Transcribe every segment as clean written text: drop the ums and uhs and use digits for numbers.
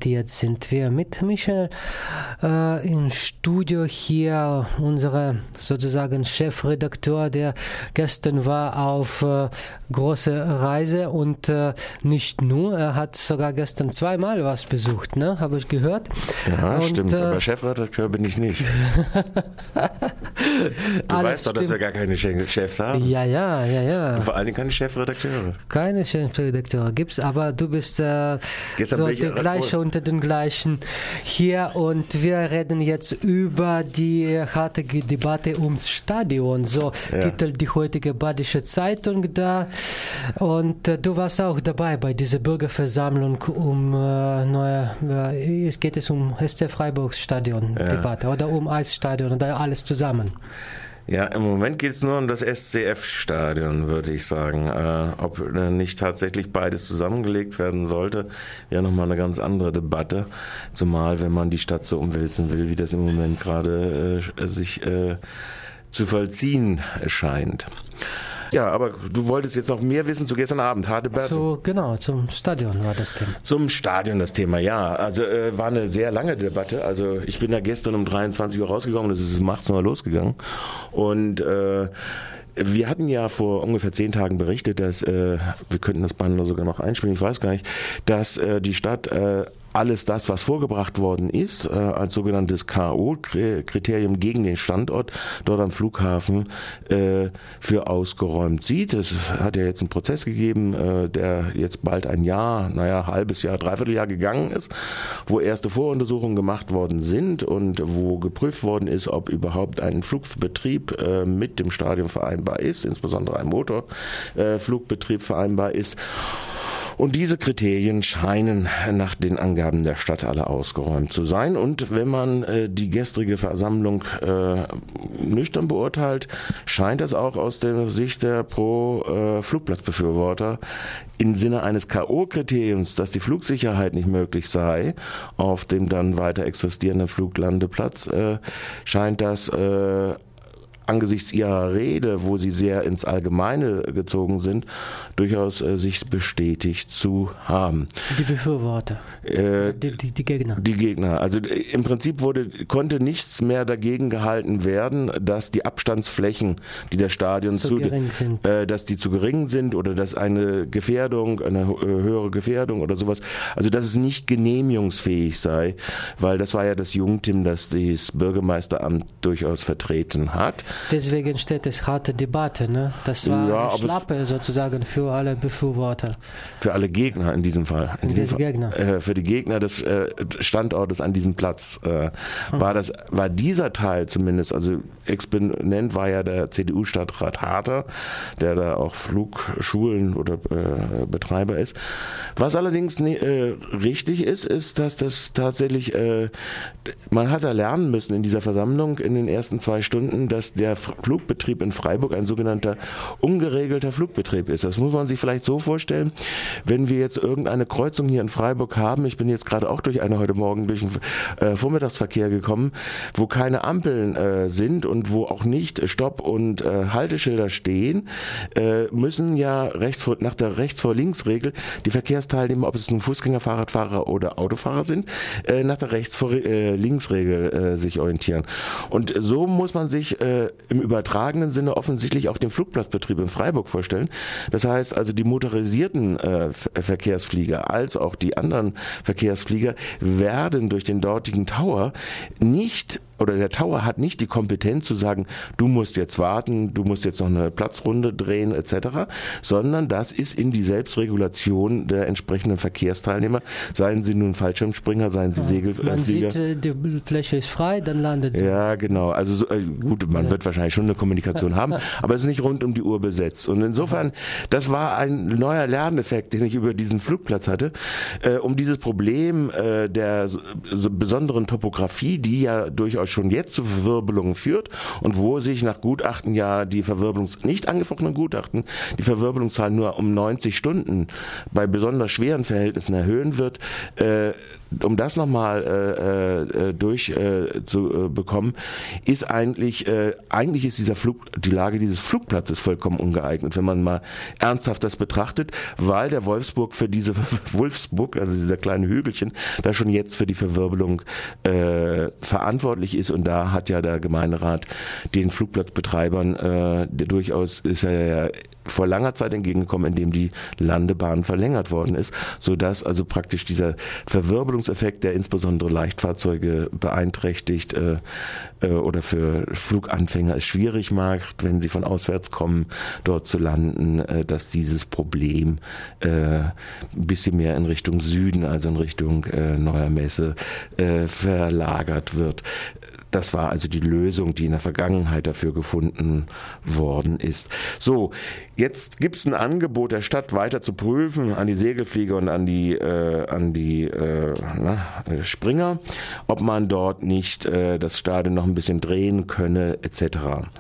Und jetzt sind wir mit Michael im Studio hier, unser sozusagen Chefredakteur, der gestern war auf große Reise und nicht nur, er hat sogar gestern zweimal was besucht, ne? Habe ich gehört. Ja, und, stimmt, aber Chefredakteur bin ich nicht. Du weißt doch, dass wir gar keine Chefs haben. Ja. Und vor allen Dingen keine Chefredakteure. Keine Chefredakteure gibt's, aber du bist so der Gleiche unter den Gleichen hier und wir reden jetzt über die harte Debatte ums Stadion. So titelt die heutige Badische Zeitung da und du warst auch dabei bei dieser Bürgerversammlung es geht um SC Freiburgs Stadion Debatte oder um Eisstadion oder alles zusammen. Ja, im Moment geht es nur um das SCF-Stadion, würde ich sagen. Ob nicht tatsächlich beides zusammengelegt werden sollte, wäre nochmal eine ganz andere Debatte. Zumal, wenn man die Stadt so umwälzen will, wie das im Moment gerade sich zu vollziehen scheint. Ja, aber du wolltest jetzt noch mehr wissen zu gestern Abend, harte Debatte. So, genau, zum Stadion war das Thema. Zum Stadion das Thema, ja. Also war eine sehr lange Debatte. Also ich bin da gestern um 23 Uhr rausgegangen, das ist um 18 Uhr losgegangen. Und wir hatten ja vor ungefähr 10 Tagen berichtet, dass, wir könnten das Band sogar noch einspielen, ich weiß gar nicht, dass die Stadt alles das, was vorgebracht worden ist, als sogenanntes K.O.-Kriterium gegen den Standort dort am Flughafen für ausgeräumt sieht. Es hat ja jetzt einen Prozess gegeben, der jetzt bald ein Jahr, halbes Jahr, Dreivierteljahr gegangen ist, wo erste Voruntersuchungen gemacht worden sind und wo geprüft worden ist, ob überhaupt ein Flugbetrieb mit dem Stadion vereinbar ist, insbesondere ein Motorflugbetrieb vereinbar ist. Und diese Kriterien scheinen nach den Angaben der Stadt alle ausgeräumt zu sein. Und wenn man die gestrige Versammlung nüchtern beurteilt, scheint es auch aus der Sicht der Pro-Flugplatzbefürworter im Sinne eines K.O.-Kriteriums, dass die Flugsicherheit nicht möglich sei auf dem dann weiter existierenden Fluglandeplatz, scheint das angesichts ihrer Rede, wo sie sehr ins Allgemeine gezogen sind, durchaus sich bestätigt zu haben. Die Befürworter, die Gegner. Die Gegner. Also im Prinzip konnte nichts mehr dagegen gehalten werden, dass die Abstandsflächen, die der Stadion dass die zu gering sind oder dass eine Gefährdung, eine höhere Gefährdung oder sowas, also dass es nicht genehmigungsfähig sei, weil das war ja das Jungtim, das das Bürgermeisteramt durchaus vertreten hat. Deswegen steht es harte Debatte, ne? Das war eine Schlappe sozusagen für alle Befürworter. Für alle Gegner in diesem Fall. Für die Gegner des Standortes an diesem Platz war dieser Teil zumindest, also Exponent war ja der CDU-Stadtrat Harter, der da auch Flugschulen oder Betreiber ist. Was allerdings richtig ist, dass das tatsächlich, man hat da lernen müssen in dieser Versammlung in den ersten 2 Stunden, dass der Flugbetrieb in Freiburg ein sogenannter ungeregelter Flugbetrieb ist. Das muss man sich vielleicht so vorstellen, wenn wir jetzt irgendeine Kreuzung hier in Freiburg haben, ich bin jetzt gerade auch durch heute Morgen durch den Vormittagsverkehr gekommen, wo keine Ampeln sind und wo auch nicht Stopp- und Halteschilder stehen, müssen ja nach der Rechts-vor-Links-Regel die Verkehrsteilnehmer, ob es nun Fußgänger, Fahrradfahrer oder Autofahrer sind, nach der Rechts-vor-Links-Regel sich orientieren. Und so muss man sich im übertragenen Sinne offensichtlich auch den Flugplatzbetrieb in Freiburg vorstellen. Das heißt also, die motorisierten Verkehrsflieger als auch die anderen Verkehrsflieger werden durch den dortigen Tower der Tower hat nicht die Kompetenz zu sagen, du musst jetzt warten, du musst jetzt noch eine Platzrunde drehen etc., sondern das ist in die Selbstregulation der entsprechenden Verkehrsteilnehmer, seien sie nun Fallschirmspringer, seien sie Segelflieger. Man sieht, die Fläche ist frei, dann landet sie. Ja, genau. Also gut, man wird wahrscheinlich schon eine Kommunikation haben, aber es ist nicht rund um die Uhr besetzt. Und insofern, das war ein neuer Lerneffekt, den ich über diesen Flugplatz hatte, um dieses Problem der besonderen Topografie, die ja durchaus schon jetzt zu Verwirbelungen führt und wo sich nach Gutachten ja die nicht angefochtenen Gutachten, die Verwirbelungszahl nur um 90 Stunden bei besonders schweren Verhältnissen erhöhen wird, um das nochmal durchzubekommen, ist eigentlich ist die Lage dieses Flugplatzes vollkommen ungeeignet, wenn man mal ernsthaft das betrachtet, weil der Wolfsburg, also dieser kleine Hügelchen, da schon jetzt für die Verwirbelung verantwortlich ist, und da hat ja der Gemeinderat den Flugplatzbetreibern ist er ja vor langer Zeit entgegengekommen, indem die Landebahn verlängert worden ist, sodass also praktisch dieser Verwirbelungseffekt, der insbesondere Leichtfahrzeuge beeinträchtigt oder für Fluganfänger es schwierig macht, wenn sie von auswärts kommen, dort zu landen, dass dieses Problem ein bisschen mehr in Richtung Süden, also in Richtung Neuer Messe, verlagert wird. Das war also die Lösung, die in der Vergangenheit dafür gefunden worden ist. So, jetzt gibt es ein Angebot der Stadt, weiter zu prüfen an die Segelflieger und an die Springer, ob man dort nicht das Stadion noch ein bisschen drehen könne, etc.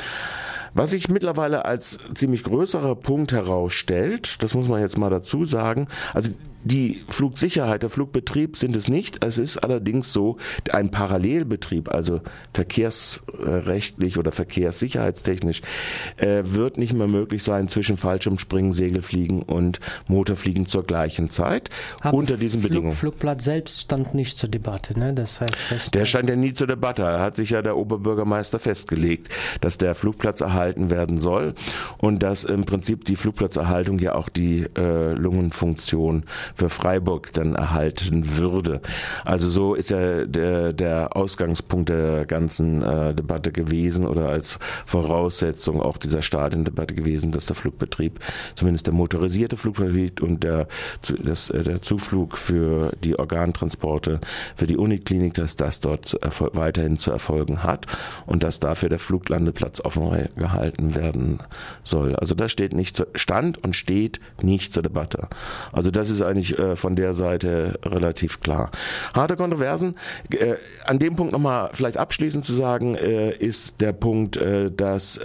Was sich mittlerweile als ziemlich größerer Punkt herausstellt, das muss man jetzt mal dazu sagen, also die Flugsicherheit, der Flugbetrieb sind es nicht. Es ist allerdings so, ein Parallelbetrieb, also verkehrsrechtlich oder verkehrssicherheitstechnisch, wird nicht mehr möglich sein zwischen Fallschirmspringen, Segelfliegen und Motorfliegen zur gleichen Zeit. Aber unter diesen Bedingungen. Flugplatz selbst stand nicht zur Debatte, ne? Das heißt, der stand ja nie zur Debatte. Da hat sich ja der Oberbürgermeister festgelegt, dass der Flugplatz erhalten werden soll und dass im Prinzip die Flugplatzerhaltung ja auch die Lungenfunktion für Freiburg dann erhalten würde. Also so ist ja der Ausgangspunkt der ganzen Debatte gewesen oder als Voraussetzung auch dieser Stadiondebatte gewesen, dass der Flugbetrieb, zumindest der motorisierte Flugbetrieb und der Zuflug für die Organtransporte für die Uniklinik, dass das dort weiterhin zu erfolgen hat und dass dafür der Fluglandeplatz offen gehalten werden soll. Also das stand und steht nicht zur Debatte. Also das ist eigentlich von der Seite relativ klar. Harte Kontroversen. An dem Punkt nochmal vielleicht abschließend zu sagen, ist der Punkt, dass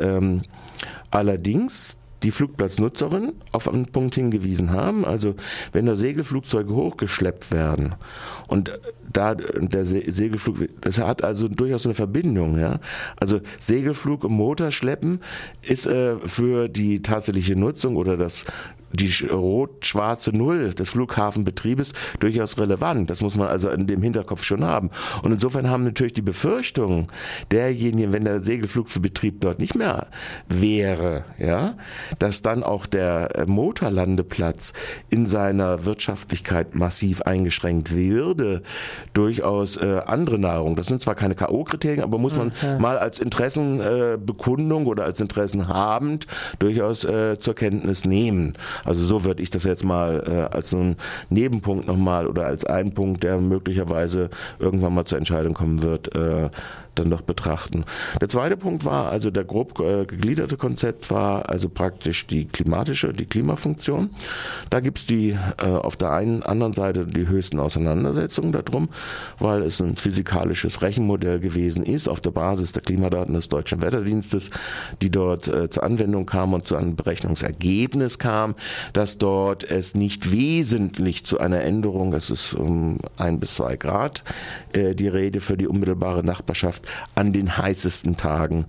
allerdings die Flugplatznutzerinnen auf einen Punkt hingewiesen haben. Also wenn da Segelflugzeuge hochgeschleppt werden und da der Segelflug, das hat also durchaus eine Verbindung, ja. Also Segelflug und Motorschleppen ist für die tatsächliche Nutzung oder die rot-schwarze Null des Flughafenbetriebes durchaus relevant. Das muss man also in dem Hinterkopf schon haben. Und insofern haben natürlich die Befürchtungen derjenigen, wenn der Segelflugbetrieb dort nicht mehr wäre, ja, dass dann auch der Motorlandeplatz in seiner Wirtschaftlichkeit massiv eingeschränkt würde, durchaus andere Nahrung. Das sind zwar keine K.O.-Kriterien, aber muss man mal als Interessenbekundung oder als Interessenhabend durchaus zur Kenntnis nehmen. Also so würde ich das jetzt mal als so einen Nebenpunkt nochmal oder als einen Punkt, der möglicherweise irgendwann mal zur Entscheidung kommen wird, dann noch betrachten. Der zweite Punkt war, also der grob gegliederte Konzept war also praktisch die Klimafunktion. Da gibt's auf der einen anderen Seite die höchsten Auseinandersetzungen darum, weil es ein physikalisches Rechenmodell gewesen ist, auf der Basis der Klimadaten des Deutschen Wetterdienstes, die dort zur Anwendung kam und zu einem Berechnungsergebnis kam, dass dort es nicht wesentlich zu einer Änderung, es ist um 1 bis 2 Grad die Rede für die unmittelbare Nachbarschaft an den heißesten Tagen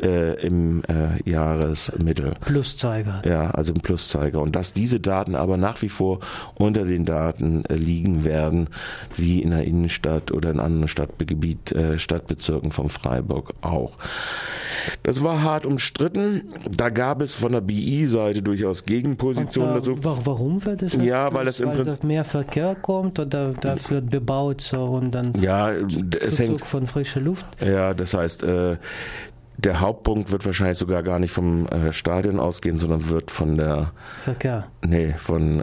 im Jahresmittel. Pluszeiger. Ja, also ein Pluszeiger. Und dass diese Daten aber nach wie vor unter den Daten liegen werden, wie in der Innenstadt oder in anderen Stadtbezirken von Freiburg auch. Das war hart umstritten. Da gab es von der BI-Seite durchaus Gegenpositionen dazu. Warum wird das? Ja, weil das im Prinzip mehr Verkehr kommt oder da wird bebaut so und dann Zuzug von frischer Luft. Ja, das heißt, der Hauptpunkt wird wahrscheinlich sogar gar nicht vom Stadion ausgehen, sondern wird von der Verkehr. Nee,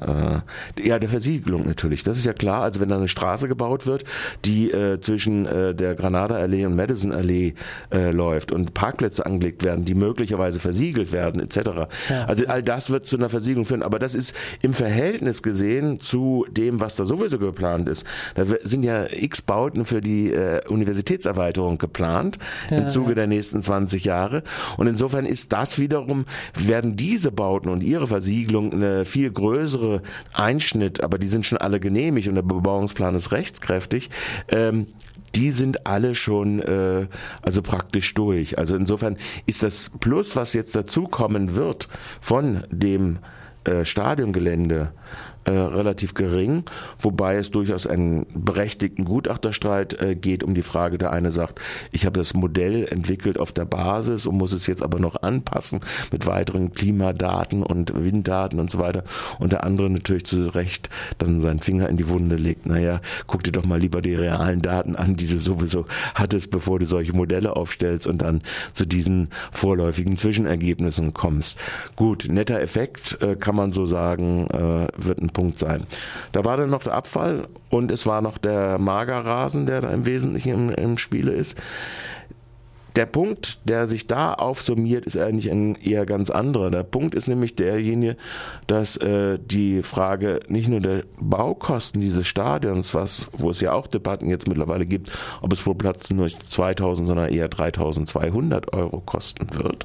der Versiegelung natürlich. Das ist ja klar. Also wenn da eine Straße gebaut wird, die zwischen der Granada-Allee und Madison-Allee läuft und Parkplätze angelegt werden, die möglicherweise versiegelt werden, etc. Ja. Also all das wird zu einer Versiegelung führen. Aber das ist im Verhältnis gesehen zu dem, was da sowieso geplant ist. Da sind ja x Bauten für die Universitätserweiterung geplant im Zuge der nächsten 20 20 Jahre. Und insofern ist das wiederum, werden diese Bauten und ihre Versiegelung eine viel größere Einschnitt, aber die sind schon alle genehmigt und der Bebauungsplan ist rechtskräftig, die sind alle schon also praktisch durch. Also insofern ist das Plus, was jetzt dazukommen wird von dem Stadiongelände, relativ gering, wobei es durchaus einen berechtigten Gutachterstreit geht um die Frage, der eine sagt, ich habe das Modell entwickelt auf der Basis und muss es jetzt aber noch anpassen mit weiteren Klimadaten und Winddaten und so weiter, und der andere natürlich zu Recht dann seinen Finger in die Wunde legt, naja, guck dir doch mal lieber die realen Daten an, die du sowieso hattest, bevor du solche Modelle aufstellst und dann zu diesen vorläufigen Zwischenergebnissen kommst. Gut, netter Effekt, kann man so sagen, wird ein Punkt sein. Da war dann noch der Abfall und es war noch der Magerrasen, der da im Wesentlichen im Spiele ist. Der Punkt, der sich da aufsummiert, ist eigentlich ein eher ganz anderer. Der Punkt ist nämlich derjenige, dass die Frage nicht nur der Baukosten dieses Stadions, wo es ja auch Debatten jetzt mittlerweile gibt, ob es pro Platz nur 2.000, sondern eher 3.200 Euro kosten wird.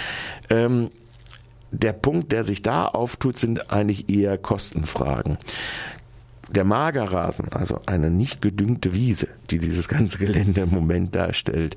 Der Punkt, der sich da auftut, sind eigentlich eher Kostenfragen. Der Magerrasen, also eine nicht gedüngte Wiese, die dieses ganze Gelände im Moment darstellt,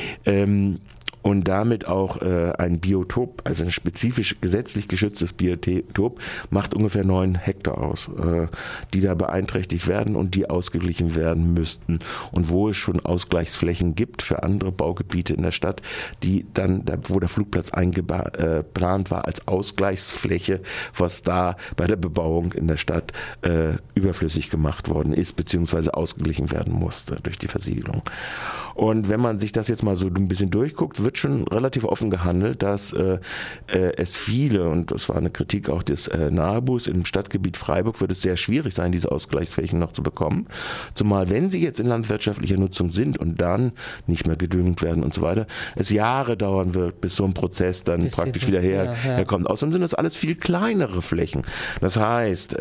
und damit auch ein Biotop, also ein spezifisch gesetzlich geschütztes Biotop, macht ungefähr 9 Hektar aus, die da beeinträchtigt werden und die ausgeglichen werden müssten. Und wo es schon Ausgleichsflächen gibt für andere Baugebiete in der Stadt, die dann, wo der Flugplatz eingeplant war als Ausgleichsfläche, was da bei der Bebauung in der Stadt überflüssig gemacht worden ist, beziehungsweise ausgeglichen werden musste durch die Versiegelung. Und wenn man sich das jetzt mal so ein bisschen durchguckt, wird schon relativ offen gehandelt, dass es viele, und das war eine Kritik auch des NABUs, im Stadtgebiet Freiburg wird es sehr schwierig sein, diese Ausgleichsflächen noch zu bekommen. Zumal, wenn sie jetzt in landwirtschaftlicher Nutzung sind und dann nicht mehr gedüngt werden und so weiter, es Jahre dauern wird, bis so ein Prozess dann praktisch wieder herkommt. Außerdem sind das alles viel kleinere Flächen. Das heißt,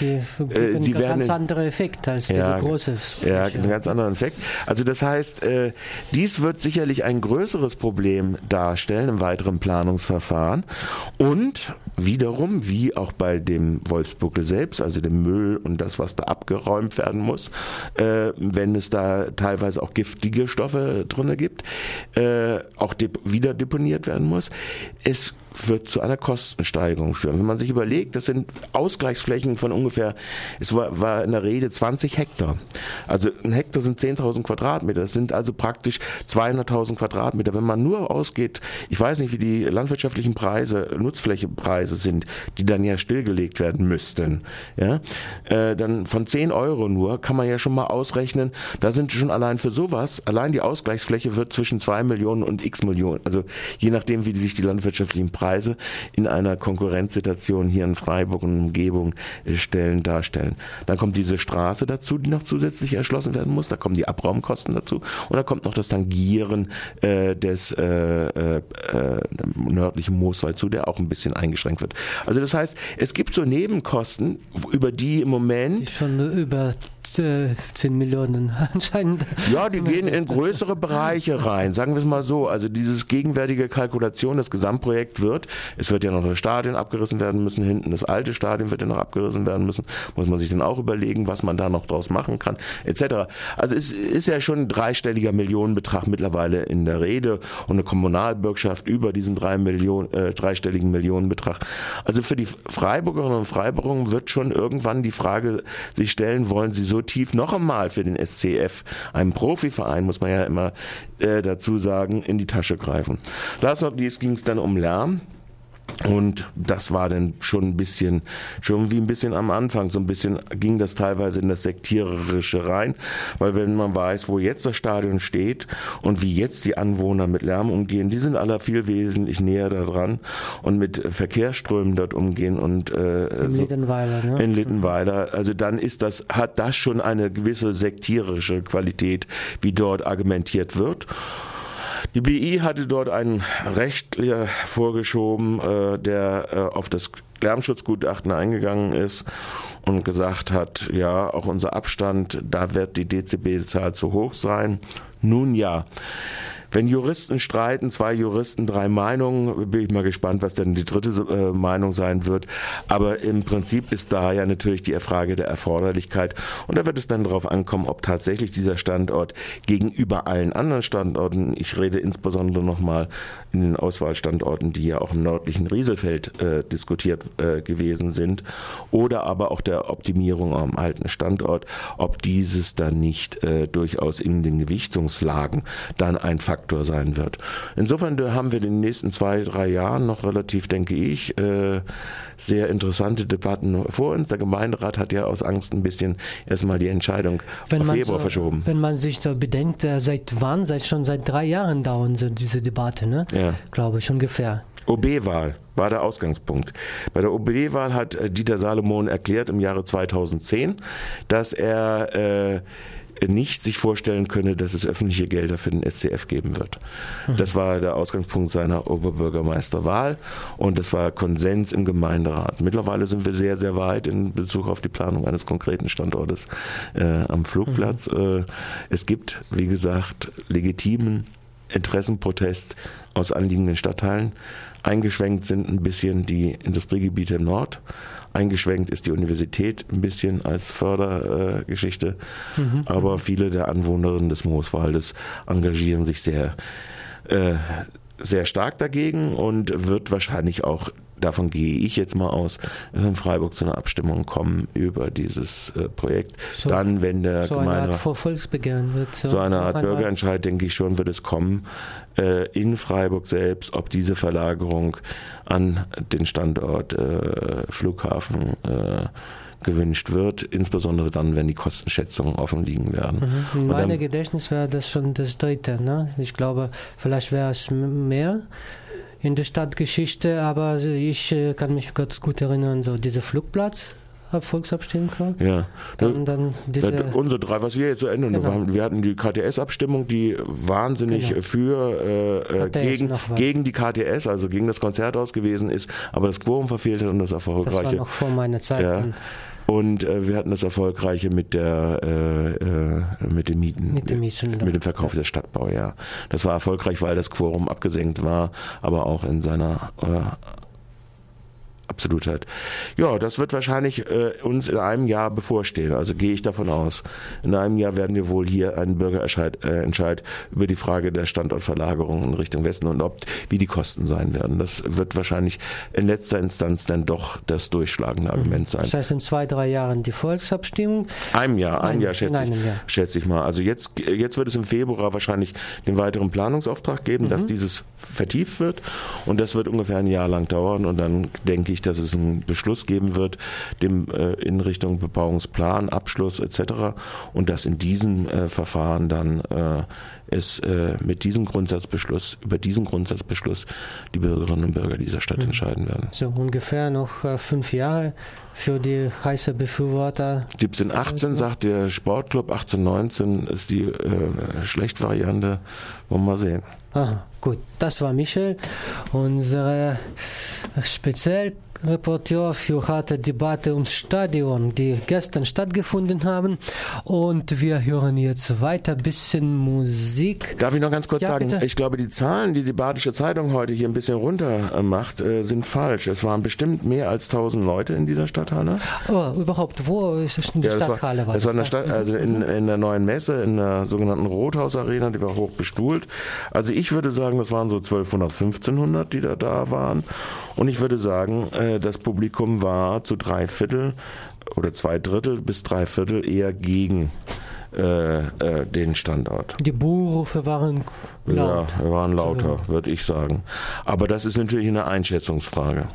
sie werden ganz anderer Effekt als diese große Fläche. Ja, ein ganz anderer Effekt. Also das heißt, dies wird sicherlich ein größeres Problem darstellen im weiteren Planungsverfahren und wiederum, wie auch bei dem Wolfsbuckel selbst, also dem Müll und das, was da abgeräumt werden muss, wenn es da teilweise auch giftige Stoffe drin gibt, auch wieder deponiert werden muss, es wird zu einer Kostensteigerung führen. Wenn man sich überlegt, das sind Ausgleichsflächen von ungefähr, es war in der Rede 20 Hektar. Also ein Hektar sind 10.000 Quadratmeter. Das sind also praktisch 200.000 Quadratmeter. Wenn man nur ausgeht, ich weiß nicht, wie die landwirtschaftlichen Preise, Nutzflächepreise sind, die dann ja stillgelegt werden müssten, ja, dann von 10 Euro nur kann man ja schon mal ausrechnen, da sind schon allein für sowas, allein die Ausgleichsfläche wird zwischen 2 Millionen und x Millionen. Also je nachdem, wie sich die landwirtschaftlichen Preise in einer Konkurrenzsituation hier in Freiburg und Umgebung darstellen. Dann kommt diese Straße dazu, die noch zusätzlich erschlossen werden muss. Da kommen die Abraumkosten dazu. Und da kommt noch das Tangieren des nördlichen Mooswald zu, der auch ein bisschen eingeschränkt wird. Also das heißt, es gibt so Nebenkosten, über die im Moment... Die schon über 10 Millionen anscheinend... Ja, die gehen in größere Bereiche rein. Sagen wir es mal so. Also dieses gegenwärtige Kalkulation, das Gesamtprojekt es wird ja noch das Stadion abgerissen werden müssen, hinten das alte Stadion wird ja noch abgerissen werden müssen, muss man sich dann auch überlegen, was man da noch draus machen kann, etc. Also es ist ja schon ein dreistelliger Millionenbetrag mittlerweile in der Rede und eine Kommunalbürgschaft über diesen dreistelligen Millionenbetrag. Also für die Freiburgerinnen und Freiburger wird schon irgendwann die Frage sich stellen, wollen sie so tief noch einmal für den SCF, einem Profiverein, muss man ja immer dazu sagen, in die Tasche greifen. Last not least ging es dann um Lärm. Und das war dann schon wie ein bisschen am Anfang, so ein bisschen ging das teilweise in das Sektiererische rein, weil wenn man weiß, wo jetzt das Stadion steht und wie jetzt die Anwohner mit Lärm umgehen, die sind alle viel wesentlich näher da dran und mit Verkehrsströmen dort umgehen und in Littenweiler, ne? In Littenweiler, also dann hat das schon eine gewisse sektiererische Qualität, wie dort argumentiert wird. Die BI hatte dort einen Rechtler vorgeschoben, der auf das Lärmschutzgutachten eingegangen ist und gesagt hat, ja, auch unser Abstand, da wird die Dezibelzahl zu hoch sein. Nun ja, Wenn Juristen streiten, 2 Juristen, 3 Meinungen, bin ich mal gespannt, was dann die dritte Meinung sein wird. Aber im Prinzip ist da ja natürlich die Frage der Erforderlichkeit. Und da wird es dann darauf ankommen, ob tatsächlich dieser Standort gegenüber allen anderen Standorten, ich rede insbesondere nochmal in den Auswahlstandorten, die ja auch im nördlichen Rieselfeld diskutiert gewesen sind, oder aber auch der Optimierung am alten Standort, ob dieses dann nicht durchaus in den Gewichtungslagen dann ein Faktor sein wird. Insofern haben wir in den nächsten 2-3 Jahren noch relativ, denke ich, sehr interessante Debatten vor uns. Der Gemeinderat hat ja aus Angst ein bisschen erstmal die Entscheidung auf Februar verschoben. Wenn man sich so bedenkt, schon seit 3 Jahren dauern diese Debatte, ne? Ja. Glaube ich, ungefähr. OB-Wahl war der Ausgangspunkt. Bei der OB-Wahl hat Dieter Salomon erklärt im Jahre 2010, dass er nicht sich vorstellen könne, dass es öffentliche Gelder für den SCF geben wird. Das war der Ausgangspunkt seiner Oberbürgermeisterwahl und das war Konsens im Gemeinderat. Mittlerweile sind wir sehr, sehr weit in Bezug auf die Planung eines konkreten Standortes am Flugplatz. Es gibt, wie gesagt, legitimen Interessenprotest aus anliegenden Stadtteilen. Eingeschränkt sind ein bisschen die Industriegebiete im Nord. Eingeschränkt ist die Universität ein bisschen als Fördergeschichte. Aber viele der Anwohnerinnen des Mooswaldes engagieren sich sehr, sehr stark dagegen und wird wahrscheinlich auch, davon gehe ich jetzt mal aus, in Freiburg zu einer Abstimmung kommen über dieses Projekt. Dann, wenn der Gemeinderat eine Art Volksbegehren wird. So eine Art Bürgerentscheid, denke ich schon, wird es kommen in Freiburg selbst, ob diese Verlagerung an den Standort Flughafen gewünscht wird, insbesondere dann, wenn die Kostenschätzungen offen liegen werden. In meinem Gedächtnis wäre das schon das dritte. Ne? Ich glaube, vielleicht wäre es mehr in der Stadtgeschichte, aber ich kann mich gut erinnern, so dieser Flugplatz. Volksabstimmung, klar. Ja. Dann unsere 3, was wir jetzt so ändern, genau. Wir hatten die KTS-Abstimmung, die wahnsinnig gegen die KTS, also gegen das Konzerthaus gewesen ist, aber das Quorum verfehlt hat und das erfolgreiche. Das war noch vor meiner Zeit. Ja. Und wir hatten das Erfolgreiche mit dem Mieten, mit dem Verkauf des Stadtbau, ja. Das war erfolgreich, weil das Quorum abgesenkt war, aber auch in seiner Absolutheit. Ja, das wird wahrscheinlich uns in einem Jahr bevorstehen. Also gehe ich davon aus. In einem Jahr werden wir wohl hier einen Bürgerentscheid über die Frage der Standortverlagerung in Richtung Westen und wie die Kosten sein werden. Das wird wahrscheinlich in letzter Instanz dann doch das durchschlagende Argument sein. Das heißt in 2-3 Jahren die Volksabstimmung? Ein Jahr schätze ich mal. Also jetzt wird es im Februar wahrscheinlich den weiteren Planungsauftrag geben, dass dieses vertieft wird und das wird ungefähr ein Jahr lang dauern und dann denke ich, dass es einen Beschluss geben wird, in Richtung Bebauungsplan, Abschluss etc. und dass in diesem Verfahren dann es über diesen Grundsatzbeschluss die Bürgerinnen und Bürger dieser Stadt entscheiden werden. So ungefähr noch 5 Jahre für die heiße Befürworter. 17-18 sagt der Sportclub, 18-19 ist die Schlechtvariante. Wollen wir mal sehen. Aha, gut. Das war Michel, unsere Spezialreporter für harte Debatte ums Stadion, die gestern stattgefunden haben. Und wir hören jetzt weiter ein bisschen Musik. Darf ich noch ganz kurz sagen? Bitte? Ich glaube, die Zahlen, die Badische Zeitung heute hier ein bisschen runter macht, sind falsch. Es waren bestimmt mehr als 1000 Leute in dieser Stadthalle. Oh, überhaupt? Wo ist das in der Stadthalle? Es war in der Stadt, also in der neuen Messe, in der sogenannten Rothaus Arena, die war hoch bestuhlt. Also ich würde sagen, das waren so 1200, 1500, die da waren. Und ich würde sagen, das Publikum war zu 3/4 oder 2/3 bis 3/4 eher gegen den Standort. Die Buhrufe waren laut. Ja, waren lauter, würde ich sagen. Aber das ist natürlich eine Einschätzungsfrage.